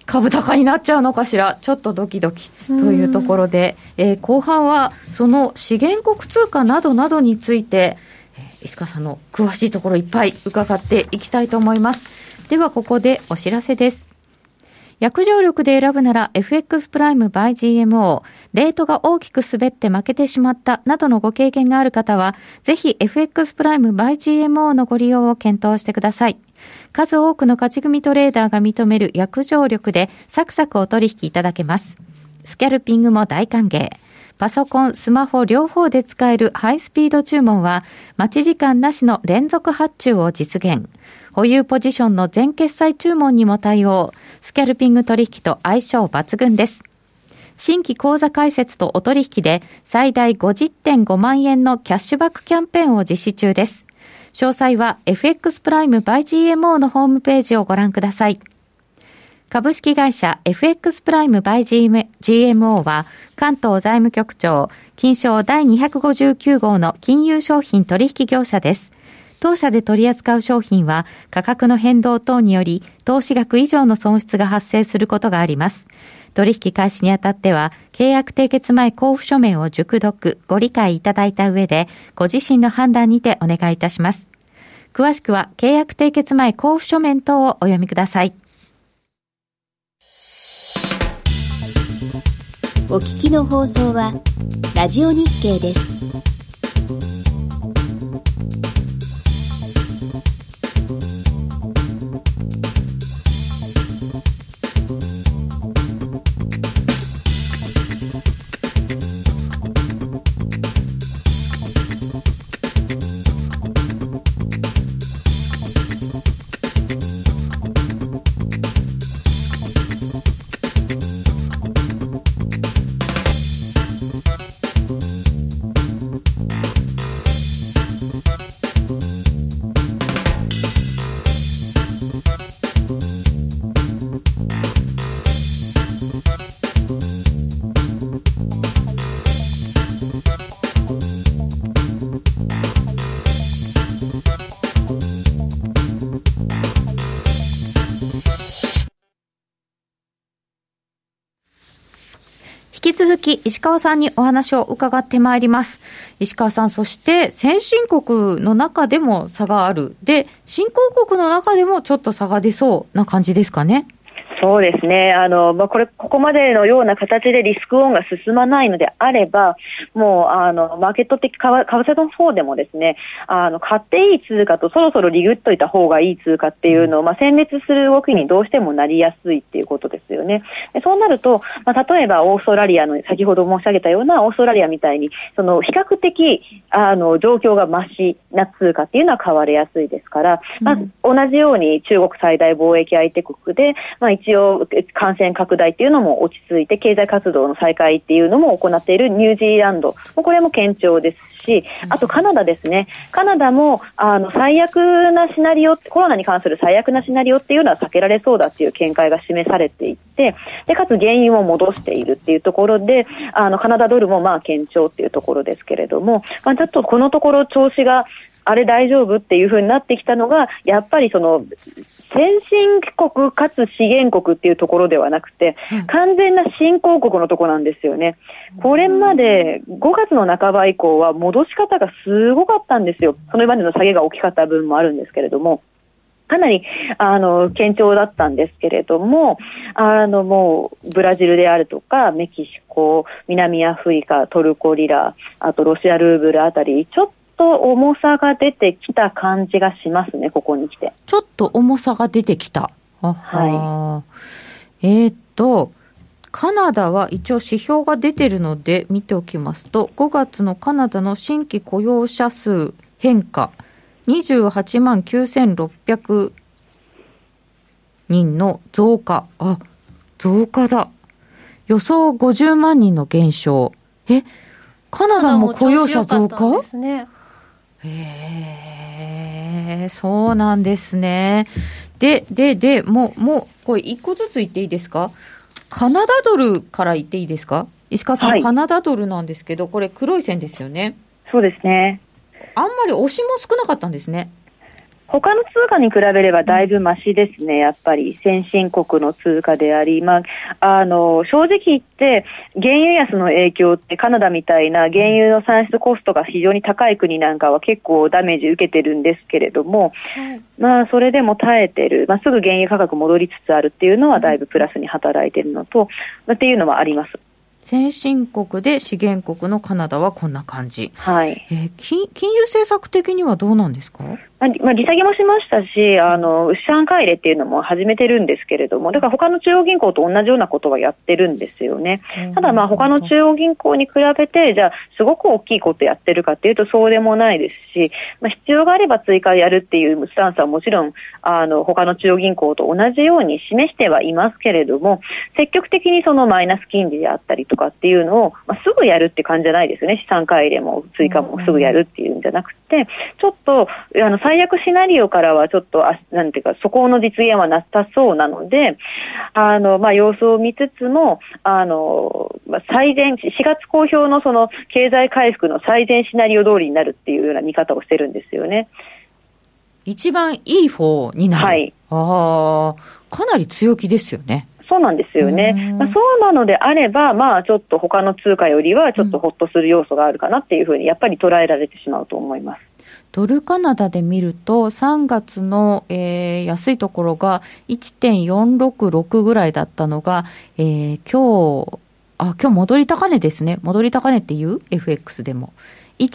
株高になっちゃうのかしら、ちょっとドキドキというところで、後半はその資源国通貨などなどについて、石川さんの詳しいところいっぱい伺っていきたいと思います。ではここでお知らせです。約定力で選ぶなら FX プライム by GMO、 レートが大きく滑って負けてしまったなどのご経験がある方は、ぜひ FX プライム by GMO のご利用を検討してください。数多くの勝ち組トレーダーが認める約定力でサクサクお取引いただけます。スキャルピングも大歓迎。パソコン、スマホ両方で使えるハイスピード注文は待ち時間なしの連続発注を実現。保有ポジションの全決済注文にも対応。スキャルピング取引と相性抜群です。新規口座開設とお取引で最大 50.5 万円のキャッシュバックキャンペーンを実施中です。詳細は FX プライム by GMO のホームページをご覧ください。株式会社 FX プライム by GMO は関東財務局長金賞第259号の金融商品取引業者です。当社で取り扱う商品は価格の変動等により投資額以上の損失が発生することがあります。取引開始にあたっては契約締結前交付書面を熟読ご理解いただいた上でご自身の判断にてお願いいたします。詳しくは契約締結前交付書面等をお読みください。 お聞きの放送はラジオ日経です。 引き続き石川さんにお話を伺ってまいります。石川さん、そして先進国の中でも差がある。で、新興国の中でもちょっと差が出そうな感じですかね。 そうですね。ここまでのような形でリスクオンが進まないのであれば、もう、マーケット的為替の方でもですね、買っていい通貨とそろそろリグっといた方がいい通貨っていうのを、選別する動きにどうしてもなりやすいっていうことですよね。でそうなると、例えばオーストラリアの、先ほど申し上げたようなオーストラリアみたいに、比較的、状況がマシな通貨っていうのは買われやすいですから、同じように中国最大貿易相手国で、一応感染拡大っていうのも落ち着いて経済活動の再開っていうのも行っているニュージーランド、これも堅調ですし、あとカナダですね。カナダも最悪なシナリオ、コロナに関する最悪なシナリオっていうのは避けられそうだっていう見解が示されていて、でかつ原油も戻しているっていうところで、カナダドルも堅調っていうところですけれども、ちょっとこのところ調子があれ大丈夫っていう風になってきたのが、やっぱりその先進国かつ資源国っていうところではなくて、完全な新興国のところなんですよね。これまで5月の半ば以降は戻し方がすごかったんですよ。その今までの下げが大きかった分もあるんですけれども、かなり堅調だったんですけれども、もうブラジルであるとかメキシコ、南アフリカ、トルコリラ、あとロシアルーブルあたり、ちょっと重さが出てきた感じがしますね。ここに来てちょっと重さが出てきた。はい。カナダは一応指標が出てるので見ておきますと、5月のカナダの新規雇用者数変化28万9600人の増加。増加だ。予想50万人の減少。カナダも雇用者増加？ ですね。 そうなんですね。で、もう、これ一個ずつ言っていいですか？カナダドルから言っていいですか？石川さん、はい、カナダドルなんですけど、これ黒い線ですよね。 そうですね。 あんまり押しも少なかったんですね。 他の通貨に比べればだいぶマシですね。やっぱり先進国の通貨であり、正直言って原油安の影響ってカナダみたいな原油の産出コストが非常に高い国なんかは結構ダメージ受けてるんですけれども、それでも耐えてる、すぐ原油価格戻りつつあるっていうのはだいぶプラスに働いてるのと、っていうのはあります。 先進国で資源国のカナダはこんな感じ。 はい。 金融政策的にはどうなんですか？ 利下げもしましたし、資産買い入れっていうのも始めてるんですけれども、だから他の中央銀行と同じようなことはやってるんですよね。ただ他の中央銀行に比べて、じゃあすごく大きいことやってるかっていうとそうでもないですし、必要があれば追加でやるっていうスタンスはもちろん、他の中央銀行と同じように示してはいますけれども、積極的にそのマイナス金利であったりとかっていうのを、すぐやるって感じじゃないですよね。資産買い入れも追加もすぐやるっていうんじゃなくて、ちょっと、最悪シナリオからはちょっとなんていうかそこの実現はなさそうなので、様子を見つつも最善4月公表のその経済回復の最善シナリオ通りになるっていうような見方をしてるんですよね。 一番いい方になる。はい。かなり強気ですよね。 そうなんですよね。そうなのであれば、ちょっと他の通貨よりはちょっとホッとする要素があるかなっていうふうにやっぱり捉えられてしまうと思います。 ドルカナダで見ると3月の、安いところが 1.466 ぐらいだったのが、今日戻り高値ですね。戻り高値っていう FX でも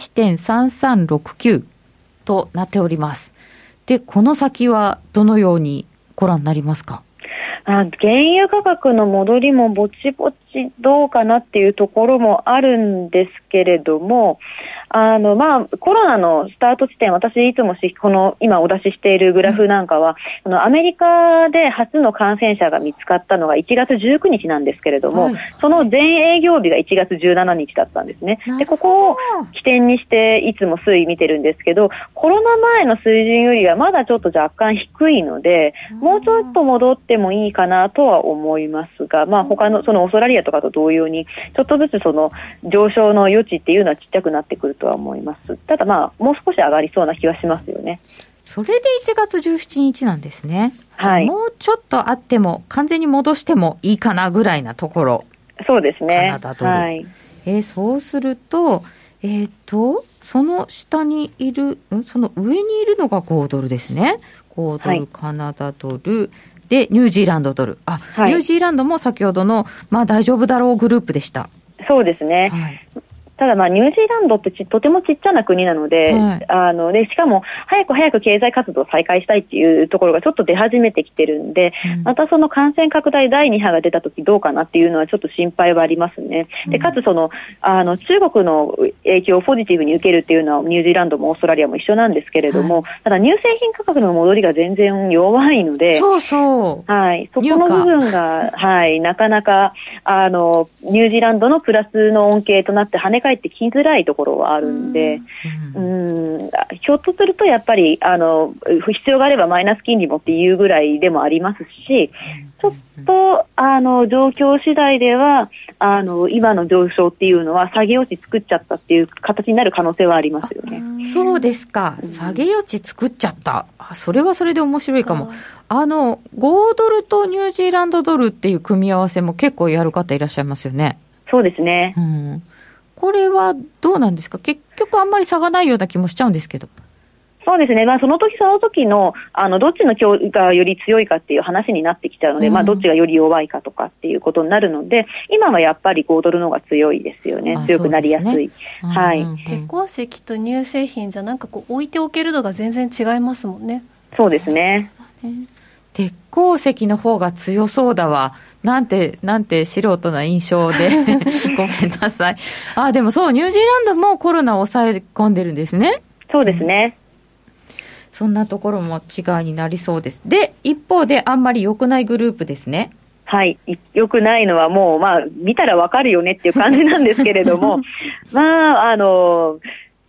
1.3369 となっております。で、この先はどのようにご覧になりますか？ 原油価格の戻りもぼちぼちどうかなっていうところもあるんですけれども、コロナのスタート地点、私いつもこの今お出ししているグラフなんかは、アメリカで初の感染者が見つかったのが1月19日なんですけれども、その前営業日が1月17日だったんですね。で、ここを起点にしていつも推移見てるんですけど、コロナ前の水準よりはまだちょっと若干低いので、もうちょっと戻ってもいいかなとは思いますが、他のそのオーストラリアとかと同様にちょっとずつその上昇の余地っていうのはちっちゃくなってくるとは思います。ただもう少し上がりそうな気はしますよね。 それで1月17日なんですね。 はい。 もうちょっとあっても完全に戻してもいいかなぐらいなところ。 そうですね。 カナダドル。はい。そうするとその下にいるその上にいるのが5ドルですね。5ドル、カナダドルでニュージーランドドル。ニュージーランドも先ほどの大丈夫だろうグループでした。 そうですね。はい。ただニュージーランドってとてもちっちゃな国なので、でしかも早く経済活動を再開したいっていうところがちょっと出始めてきてるんで、またその感染拡大第2波が出た時どうかなっていうのはちょっと心配はありますね。で、かつその中国の影響をポジティブに受けるっていうのはニュージーランドもオーストラリアも一緒なんですけれども、ただ乳製品価格の戻りが全然弱いので、 そうそう。 はい、そこの部分がなかなかニュージーランドのプラスの恩恵となって跳ね返ってきづらいところはあるんで、ひょっとするとやっぱり必要があればマイナス金利もっていうぐらいでもありますし、ちょっと状況次第では今の上昇っていうのは下げ落ち作っちゃったっていう形になる可能性はありますよね。 そうですか。下げ落ち作っちゃった。それはそれで面白いかも。5ドルとニュージーランドドルっていう組み合わせも結構やる方いらっしゃいますよね。 そうですね。 これはどうなんですか？結局あんまり差がないような気もしちゃうんですけど。 そうですね。その時その時のどっちのがより強いかっていう話になってきちゃうので、どっちがより弱いかとかっていうことになるので、今はやっぱり5ドルの方が強いですよね。強くなりやすい。はい。 鉄鉱石と乳製品じゃ置いておける度が全然違いますもんね。 そうですね。 鉄鉱石の方が強そうだわ。なんて素人な印象でごめんなさい。でもそう、ニュージーランドもコロナを抑え込んでるんですね。 そうですね。 そんなところも違いになりそうです。で、一方であんまり良くないグループですね。 はい。良くないのはもう見たらわかるよねっていう感じなんですけれども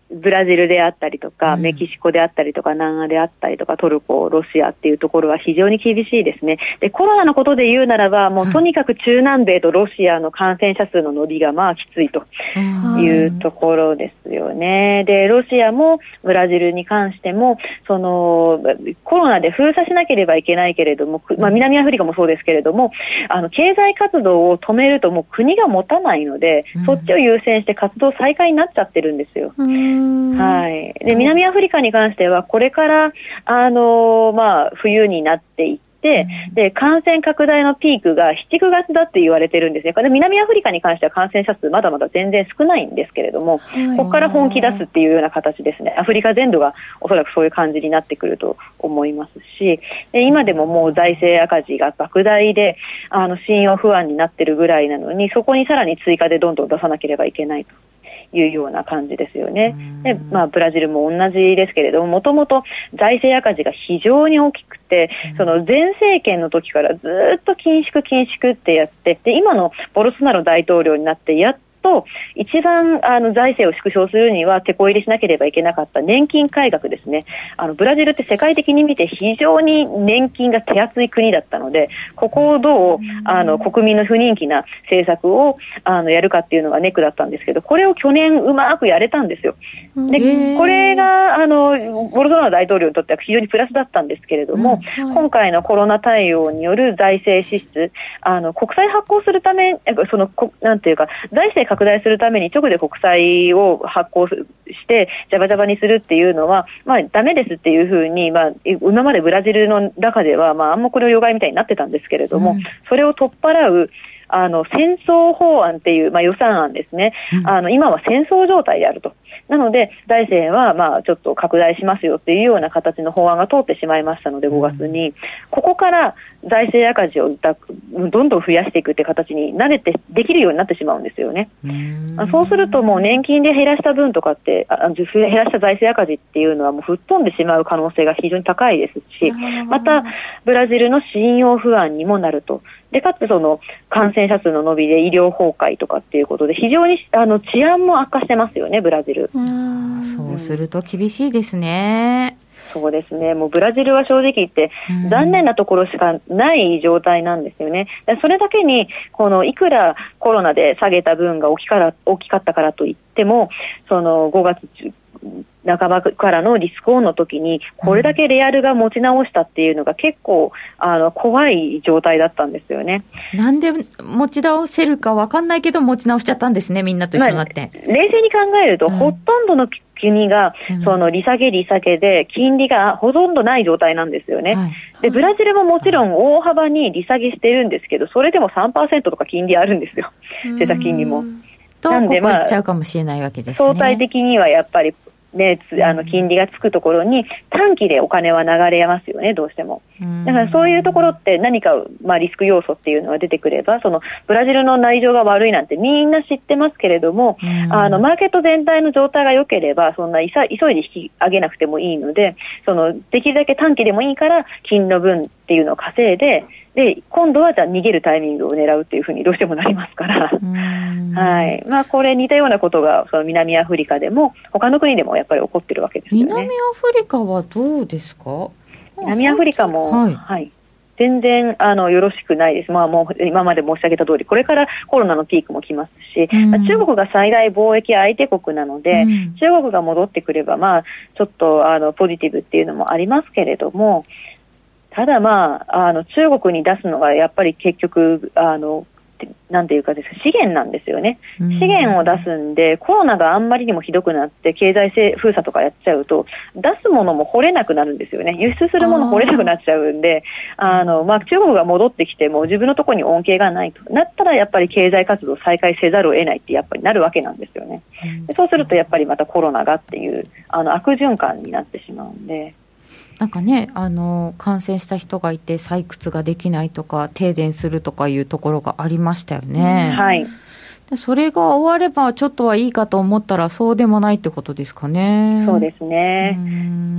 ブラジルであったりとか、メキシコであったりとか、南アであったりとか、トルコ、ロシアっていうところは非常に厳しいですね。で、コロナのことで言うならば、もうとにかく中南米とロシアの感染者数の伸びがまあきついというところですよね。で、ロシアもブラジルに関しても、そのコロナで封鎖しなければいけないけれども、まあ、南アフリカもそうですけれども、経済活動を止めるともう国が持たないので、そっちを優先して活動再開になっちゃってるんですよ。はい。で、南アフリカに関してはこれからまあ、冬になっていってで、感染拡大のピークが7、9月だって言われてるんですね。これ南アフリカに関しては感染者数まだまだ全然少ないんですけれども、ここから本気出すっていうような形ですね。アフリカ全土がおそらくそういう感じになってくると思いますし、で今でももう財政赤字が莫大で、信用不安になってるぐらいなのに、そこにさらに追加でどんどん出さなければいけないというような感じですよね。で、まあ、ブラジルも同じですけれども、もともと財政赤字が非常に大きくて、その前政権の時からずっと緊縮ってやって、で、今のボルソナロ大統領になってやっと一番財政を縮小するには手こ入れしなければいけなかった年金改革ですね。ブラジルって世界的に見て非常に年金が手厚い国だったので、ここをどう国民の不人気な政策をやるかっていうのがネックだったんですけど、これを去年うまくやれたんですよ。でこれがボルソナロ大統領にとっては非常にプラスだったんですけれども、今回のコロナ対応による財政支出、国債発行するため、なんていうか財政拡大するために直で国債を発行してジャバジャバにするっていうのは、まあ、ダメですっていうふうに、まあ、今までブラジルの中では、まあ、暗黙の了解みたいになってたんですけれども、それを取っ払う戦争法案っていう、まあ、予算案ですね。今は戦争状態であると。なので財政はまあちょっと拡大しますよっていうような形の法案が通ってしまいましたので、5月にここから財政赤字をどんどん増やしていくって形に慣れてできるようになってしまうんですよね。そうするともう年金で減らした分とかって減らした財政赤字っていうのはもう吹っ飛んでしまう可能性が非常に高いですし、またブラジルの信用不安にもなると。でかつその感染者数の伸びで医療崩壊とかっていうことで非常に治安も悪化してますよね、ブラジル。 そうすると厳しいですね。 そうですね。もうブラジルは正直言って残念なところしかない状態なんですよね。それだけにいくらコロナで下げた分が大きかったからといっても、その5月半ばからのリスクオンの時にこれだけレアルが持ち直したっていうのが結構怖い状態だったんですよね。 なんで持ち直せるか分かんないけど持ち直しちゃったんですね、みんなと一緒になって。 冷静に考えると、ほとんどの国がその利下げで金利がほとんどない状態なんですよね。でブラジルももちろん大幅に利下げしてるんですけど、それでも 3% とか金利あるんですよ、政策金利も。 なんでここ行っちゃうかもしれないわけですね。 相対的にはやっぱりね、金利がつくところに短期でお金は流れますよね、どうしても。だからそういうところって何か、まあ、リスク要素っていうのが出てくれば、そのブラジルの内情が悪いなんてみんな知ってますけれども、マーケット全体の状態が良ければそんな急いで引き上げなくてもいいので、できるだけ短期でもいいから金の分っていうのを稼いで、今度はじゃあ逃げるタイミングを狙うっていうふうにどうしてもなりますから、はい。まあこれ似たようなことがその南アフリカでも他の国でもやっぱり起こってるわけですよね。 南アフリカはどうですか？ 南アフリカも、はい、全然よろしくないです。まあもう今まで申し上げた通り、これからコロナのピークも来ますし、中国が最大貿易相手国なので、中国が戻ってくればまあちょっとポジティブっていうのもありますけれども、ただまあ中国に出すのがやっぱり結局なんていうかです資源なんですよね。資源を出すんで、コロナがあんまりにもひどくなって経済封鎖とかやっちゃうと出すものも掘れなくなるんですよね。輸出するもの掘れなくなっちゃうんで、まあ、中国が戻ってきても自分のところに恩恵がないとなったらやっぱり経済活動を再開せざるを得ないってやっぱりなるわけなんですよね。でそうするとやっぱりまたコロナがっていう悪循環になってしまうんで、 なんかね、感染した人がいて採掘ができないとか停電するとかいうところがありましたよね。 はい。 でそれが終わればちょっとはいいかと思ったらそうでもないってことですかね。 そうですね。ちょっ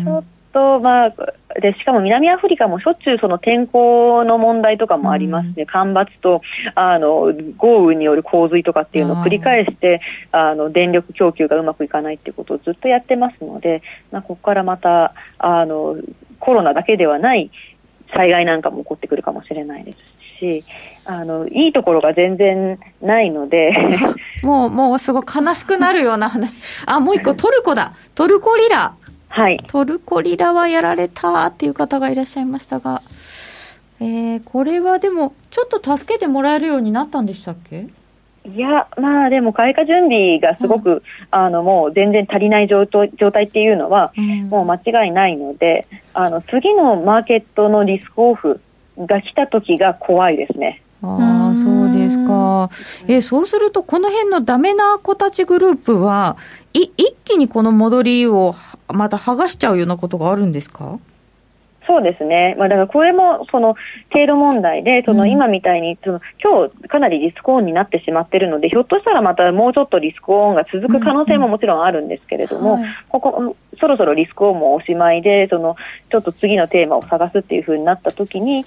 と、でしかも南アフリカもしょっちゅうその天候の問題とかもありますね、干ばつと豪雨による洪水とかっていうのを繰り返して電力供給がうまくいかないっていうことをずっとやってますので、ここからまたコロナだけではない災害なんかも起こってくるかもしれないですし、いいところが全然ないのでもうすごい悲しくなるような話。もう一個トルコだ。トルコリラ。はい。トルコリラはやられたっていう方がいらっしゃいましたが、これはでもちょっと助けてもらえるようになったんでしたっけ？ いや、でも開花準備がすごく、もう全然足りない状態っていうのは、もう間違いないので、次のマーケットのリスクオフが来た時が怖いですね。 そうですか。そうするとこの辺のダメな子たちグループは一気にこの戻りをまた剥がしちゃうようなことがあるんですか？ そうですね。だからこれもその経路問題で、今みたいに今日かなりリスクオンになってしまっているので、ひょっとしたらまたもうちょっとリスクオンが続く可能性ももちろんあるんですけれども、ここそろそろリスクオンもおしまいで、ちょっと次のテーマを探すっていう風になった時に、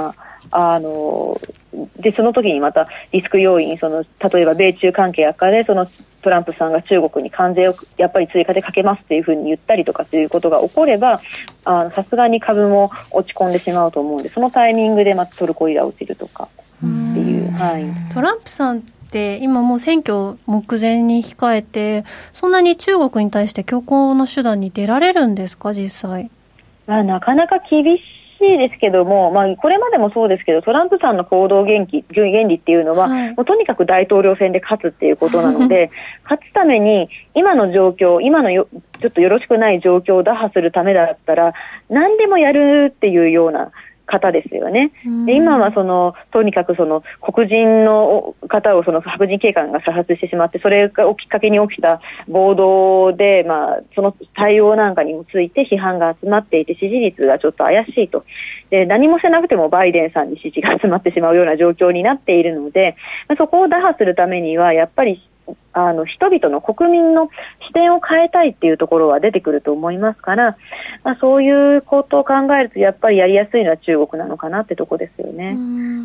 でその時にまたリスク要因、例えば米中関係悪化でトランプさんが中国に関税をやっぱり追加でかけますっていうふうに言ったりとかっていうことが起これば、さすがに株も落ち込んでしまうと思うんで、そのタイミングでまたトルコリラ落ちるとかっていう、 トランプさんって今もう選挙目前に控えて、そんなに中国に対して強硬な手段に出られるんですか、実際？ なかなか厳しいですけども、これまでもそうですけど、トランプさんの行動原理っていうのは、もうとにかく大統領選で勝つっていうことなので勝つために今の状況、ちょっとよろしくない状況を打破するためだったら何でもやるっていうような方ですよね。で今はとにかく黒人の方を白人警官が射殺してしまって、それをきっかけに起きた暴動で、その対応なんかにもついて批判が集まっていて、支持率がちょっと怪しいと。で何もしなくてもバイデンさんに支持が集まってしまうような状況になっているので、そこを打破するためにはやっぱり人々の国民の視点を変えたいっていうところは出てくると思いますから、そういうことを考えるとやっぱりやりやすいのは中国なのかなってとこですよね。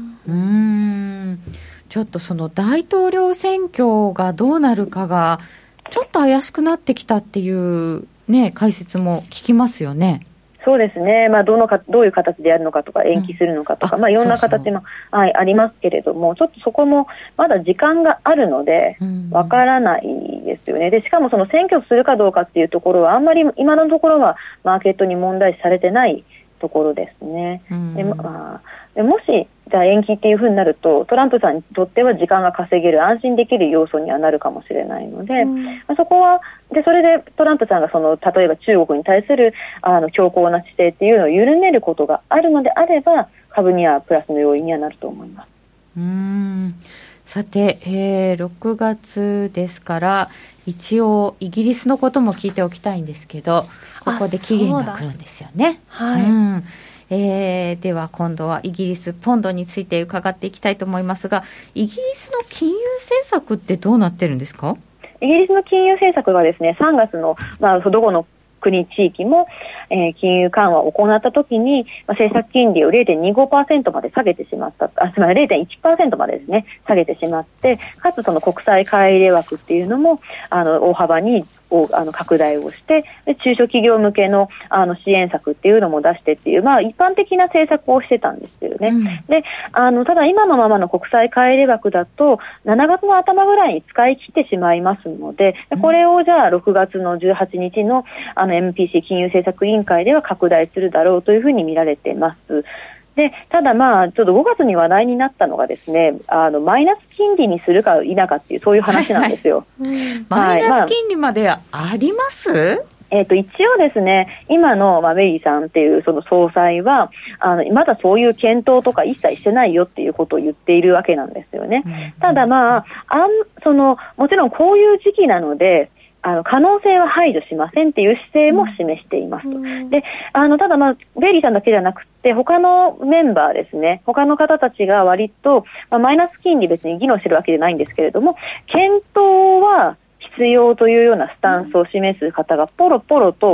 ちょっと大統領選挙がどうなるかがちょっと怪しくなってきたっていうね、解説も聞きますよね。 そうですね。どういう形でやるのかとか延期するのかとか、いろんな形もありますけれども、ちょっとそこもまだ時間があるのでわからないですよね。でしかも選挙するかどうかっていうところはあんまり今のところはマーケットに問題視されてないところですね。でもしじゃあ延期っていう風になると、トランプさんにとっては時間が稼げる、安心できる要素にはなるかもしれないので、そこはそれでトランプさんが例えば中国に対する強硬な姿勢っていうのを緩めることがあるのであれば、株にはプラスの要因にはなると思います。 さて、6月ですから一応イギリスのことも聞いておきたいんですけど、ここで期限が来るんですよね。では今度はイギリスポンドについて伺っていきたいと思いますが、イギリスの金融政策ってどうなってるんですか？ イギリスの金融政策がですね、3月の、どこの国地域も、金融緩和を行ったときに、政策金利を 0.25% まで下げてしまった、つまり 0.1% までですね、下げてしまって、かつ国際買い入れ枠っていうのも大幅に拡大をして、で中小企業向けの支援策っていうのも出してっていう、一般的な政策をしてたんですよね。でただ今のままの国際買い入れ枠だと7月の頭ぐらいに使い切ってしまいますので、これをじゃあ6月の18日のMPC 金融政策委員会では拡大するだろうというふうに見られています。でただちょっと5月に話題になったのがですね、マイナス金利にするか否かっていう、そういう話なんですよ。 マイナス金利まであります？ 一応ですね、今のメリーさんっていうその総裁はまだそういう検討とか一切してないよっていうことを言っているわけなんですよね。ただもちろんこういう時期なので可能性は排除しませんっていう姿勢も示していますと。でただベイリーさんだけじゃなくて他のメンバーですね、他の方たちが割と、マイナス金利別に議論してるわけじゃないんですけれども、検討は必要というようなスタンスを示す方がポロポロと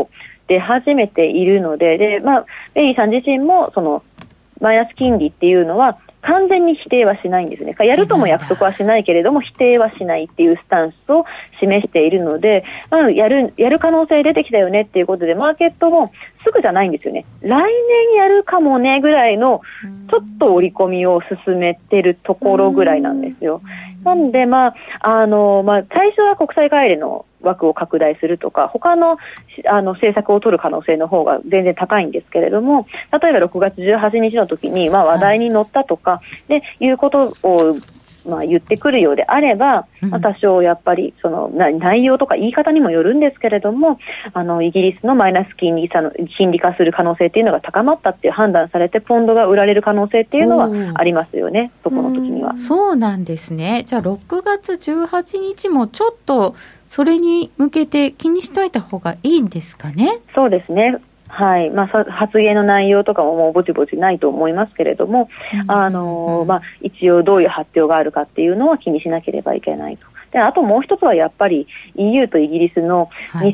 出始めているので、ベイさん自身もそのマイナス金利っていうのは完全に否定はしないんですね。やるとも約束はしないけれども否定はしないっていうスタンスを示しているので、やる可能性出てきたよねっていうことで、マーケットもすぐじゃないんですよね。来年やるかもねぐらいのちょっと織り込みを進めてるところぐらいなんですよ。なんで最初は国際買い入れの枠を拡大するとか他の政策を取る可能性の方が全然高いんですけれども、例えば6月18日の時に話題に乗ったとかでいうことを言ってくるようであれば、多少やっぱりその内容とか言い方にもよるんですけれども、イギリスのマイナス金利化する可能性っていうのが高まったっていう判断されて、ポンドが売られる可能性っていうのはありますよね、そこの時には。 そうなんですね。じゃあ6月18日もちょっとそれに向けて気にしといた方がいいんですかね。 そうですね。はい。発言の内容とかももうぼちぼちないと思いますけれども、一応どういう発表があるかっていうのは気にしなければいけないと。で、あともう一つはやっぱり EU とイギリスの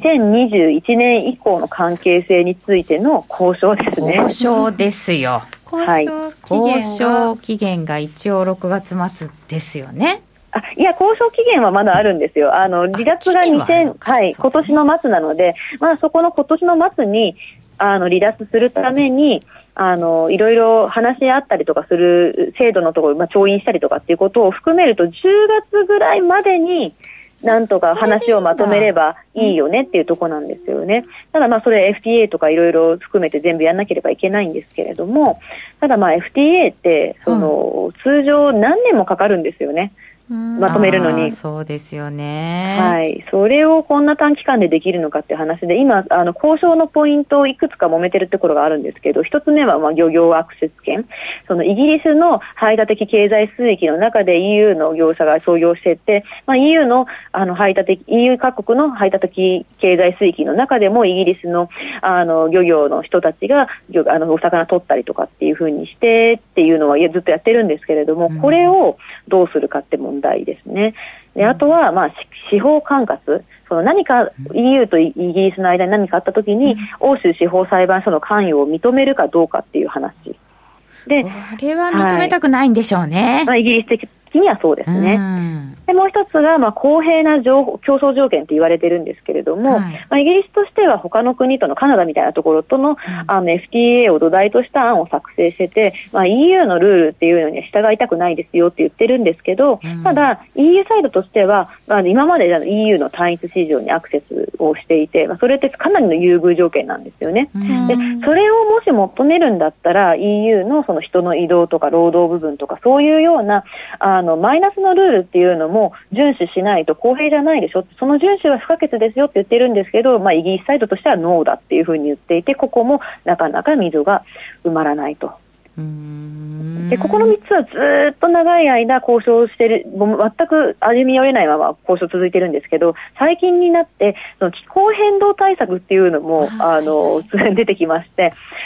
2021年以降の関係性についての交渉ですね。 交渉ですよ。 はい。 交渉期限が一応6月末ですよね。 いや、交渉期限はまだあるんですよ。離脱が今年の末なので、そこの今年の末に離脱するためにいろいろ話し合ったりとかする制度のところ、調印したりとかっていうことを含めると10月ぐらいまでになんとか話をまとめればいいよねっていうところなんですよね。ただそれ FTA とかいろいろ含めて全部やんなければいけないんですけれども、ただFTA って通常何年もかかるんですよね。まとめるのに。 そうですよね。 はい。それをこんな短期間でできるのかっていう話で、今、交渉のポイントをいくつか揉めてるところがあるんですけど、一つ目は、漁業アクセス権。そのイギリスの排他的経済水域の中で EU の業者が操業していて、EU の、EU 各国の排他的経済水域の中でもイギリスの、漁業の人たちが、お魚取ったりとかっていう風にしてっていうのはずっとやってるんですけれども、これをどうするかって問題ですね。で、あとは司法管轄、何か EU とイギリスの間に何かあったときに、欧州司法裁判所の関与を認めるかどうかっていう話で、 これは認めたくないんでしょうね。 イギリス的にはそうですね。で、もう一つが公平な競争条件って言われてるんですけれども、イギリスとしては他の国とのカナダみたいなところとの、FTA を土台とした案を作成してて、EU のルールっていうのには従いたくないですよって言ってるんですけど、ただ EU サイドとしては、今までEU の単一市場にアクセスをしていて、それってかなりの優遇条件なんですよね。で、それをもし求めるんだったら EU のその人の移動とか労働部分とかそういうようなマイナスのルールっていうのも遵守しないと公平じゃないでしょ、その遵守は不可欠ですよって言ってるんですけど、イギリスサイドとしてはノーだっていうふうに言っていて、ここもなかなか溝が埋まらないと。で、ここの3つはずっと長い間交渉してる、全く歩み寄れないまま交渉続いてるんですけど、最近になってその気候変動対策っていうのも出てきまして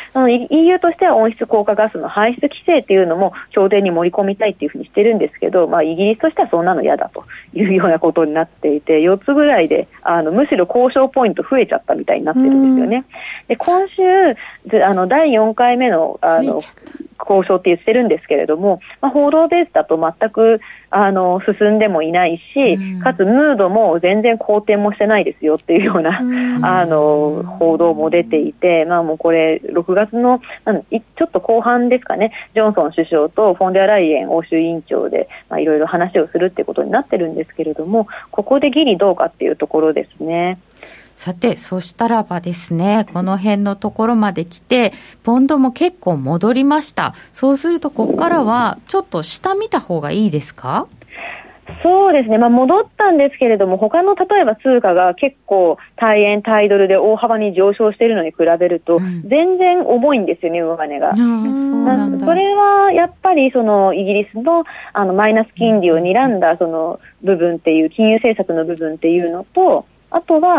、EU としては温室効果ガスの排出規制っていうのも協定に盛り込みたいっていうふうにしてるんですけど、イギリスとしてはそんなの嫌だというようなことになっていて、4つぐらいでむしろ交渉ポイント増えちゃったみたいになってるんですよね。で、今週第4回目の交渉って言ってるんですけれども、報道ベースだと全く進んでもいないし、かつムードも全然好転もしてないですよっていうような報道も出ていて、もうこれ6月のちょっと後半ですかね、ジョンソン首相とフォンデアライエン欧州委員長でいろいろ話をするってことになってるんですけれども、ここでギリどうかっていうところですね。 さて、そしたらばですね、この辺のところまで来てポンドも結構戻りました。そうするとここからはちょっと下見た方がいいですか？ そうですね、戻ったんですけれども、他の例えば通貨が結構対円対ドルで大幅に上昇しているのに比べると、全然重いんですよね、上金が。それはやっぱりそのイギリスのマイナス金利を睨んだその部分っていう金融政策の部分っていうのと、あとは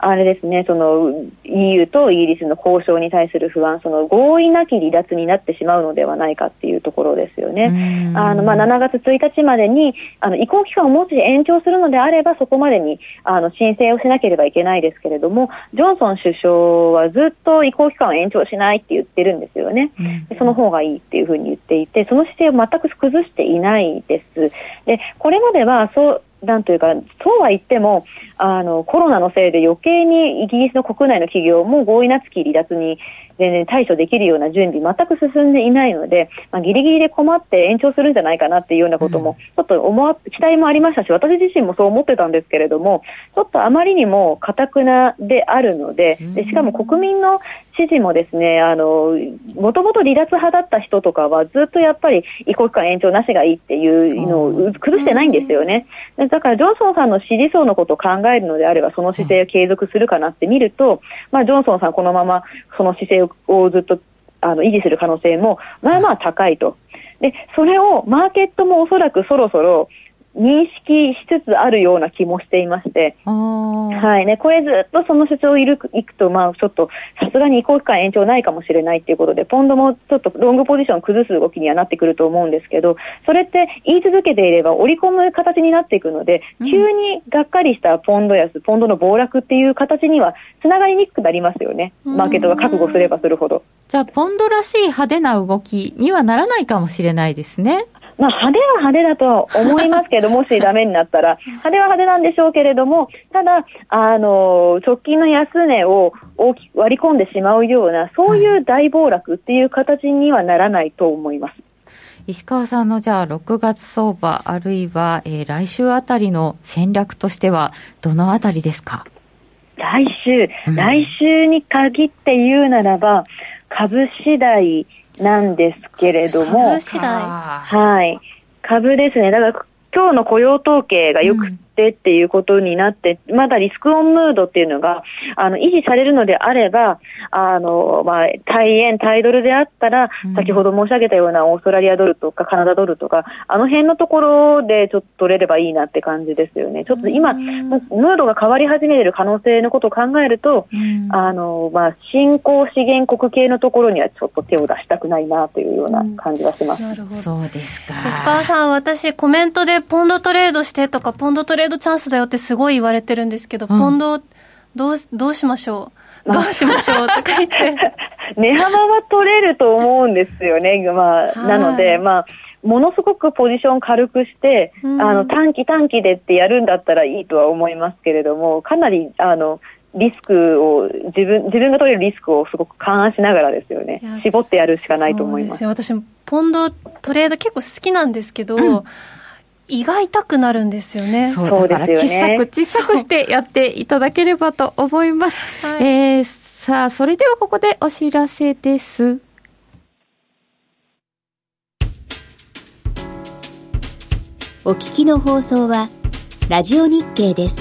あれですね、その EU とイギリスの交渉に対する不安、その合意なき離脱になってしまうのではないかっていうところですよね。7月1日までに移行期間をもし延長するのであれば、そこまでに申請をしなければいけないですけれども、ジョンソン首相はずっと移行期間を延長しないって言ってるんですよね。その方がいいっていうふうに言っていて、その姿勢を全く崩していないです。で、これまではなんというか、そうは言ってもコロナのせいで余計にイギリスの国内の企業も合意なき離脱に全然対処できるような準備全く進んでいないので、ギリギリで困って延長するんじゃないかなっていうようなこともちょっと期待もありましたし、私自身もそう思ってたんですけれども、ちょっとあまりにも堅くなであるので、しかも国民の支持もですね、もともと離脱派だった人とかはずっとやっぱり移行期間延長なしがいいっていうのを崩してないんですよね。だからジョンソンさんの支持層のことを考えるのであれば、その姿勢を継続するかなって見ると、ジョンソンさんこのままその姿勢をずっと維持する可能性もまあまあ高いと。で、それをマーケットもおそらくそろそろ認識しつつあるような気もしていまして、はいね、これずっとその主張いくと、ちょっとさすがに移行期間延長ないかもしれないということで、ポンドもちょっとロングポジションを崩す動きにはなってくると思うんですけど、それって言い続けていれば織り込む形になっていくので、急にがっかりしたポンド安、ポンドの暴落っていう形にはつながりにくくなりますよね。マーケットが覚悟すればするほど。 じゃあポンドらしい派手な動きにはならないかもしれないですね。 派手は派手だとは思いますけどもしダメになったら派手は派手なんでしょうけれども、ただ直近の安値を大きく割り込んでしまうような、そういう大暴落っていう形にはならないと思います。 石川さんのじゃあ6月相場、あるいは、来週あたりの戦略としてはどのあたりですか？ 来週に限って言うならば株次第なんですけれども、 株次第、 はい、株ですね。だから今日の雇用統計がよくってっていうことになって、まだリスクオンムードっていうのが維持されるのであれば、対円対ドルであったら、先ほど申し上げたようなオーストラリアドルとかカナダドルとか辺のところでちょっと取れればいいなって感じですよね。ちょっと今ムードが変わり始めている可能性のことを考えると、新興資源国系のところにはちょっと手を出したくないなというような感じはします。 なるほど。 そうですか。 石川さん、私コメントでポンドトレードしてとかポンドトレードチャンスだよってすごい言われてるんですけど、ポンドどうしましょう、どうしましょうとか言って値幅は取れると思うんですよね。なのでものすごくポジション軽くして、短期でってやるんだったらいいとは思いますけれども、かなりリスクを自分が取れるリスクをすごく勘案しながらですよね、絞ってやるしかないと思います。 そうですよ。私ポンドトレード結構好きなんですけど、胃が痛くなるんですよね。 そうだから小さくしてやっていただければと思います、はい。さあ、それではここでお知らせです。 お聞きの放送はラジオ日経です。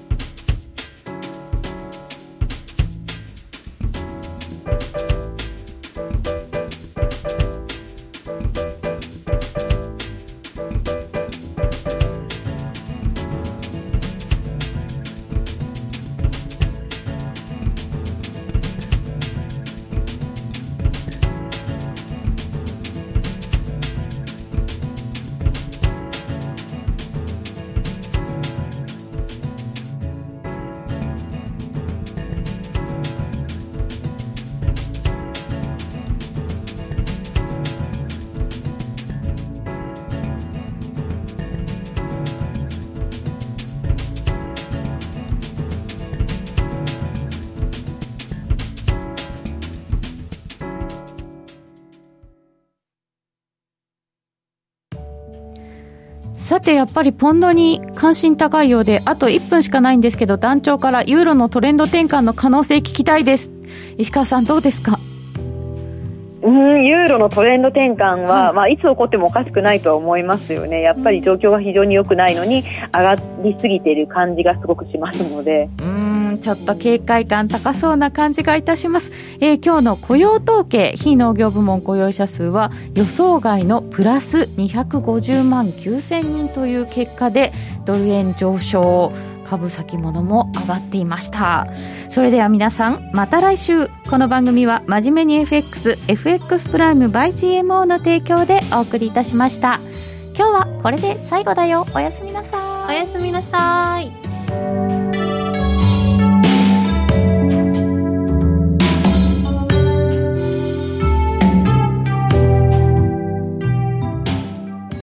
さて、やっぱりポンドに関心高いようで、あと1分しかないんですけど、団長からユーロのトレンド転換の可能性聞きたいです。石川さん、どうですか？ ユーロのトレンド転換は、いつ起こってもおかしくないとは思いますよね。やっぱり状況が非常に良くないのに上がりすぎている感じがすごくしますので、 ちょっと警戒感高そうな感じがいたします。今日の雇用統計、非農業部門雇用者数は予想外のプラス250万9000人という結果で、ドル円上昇、 株先物も上がっていました。それでは皆さんまた来週。この番組は真面目に FX プライム by GMO の提供でお送りいたしました。今日はこれで最後だよ。おやすみなさい。 おやすみなさい。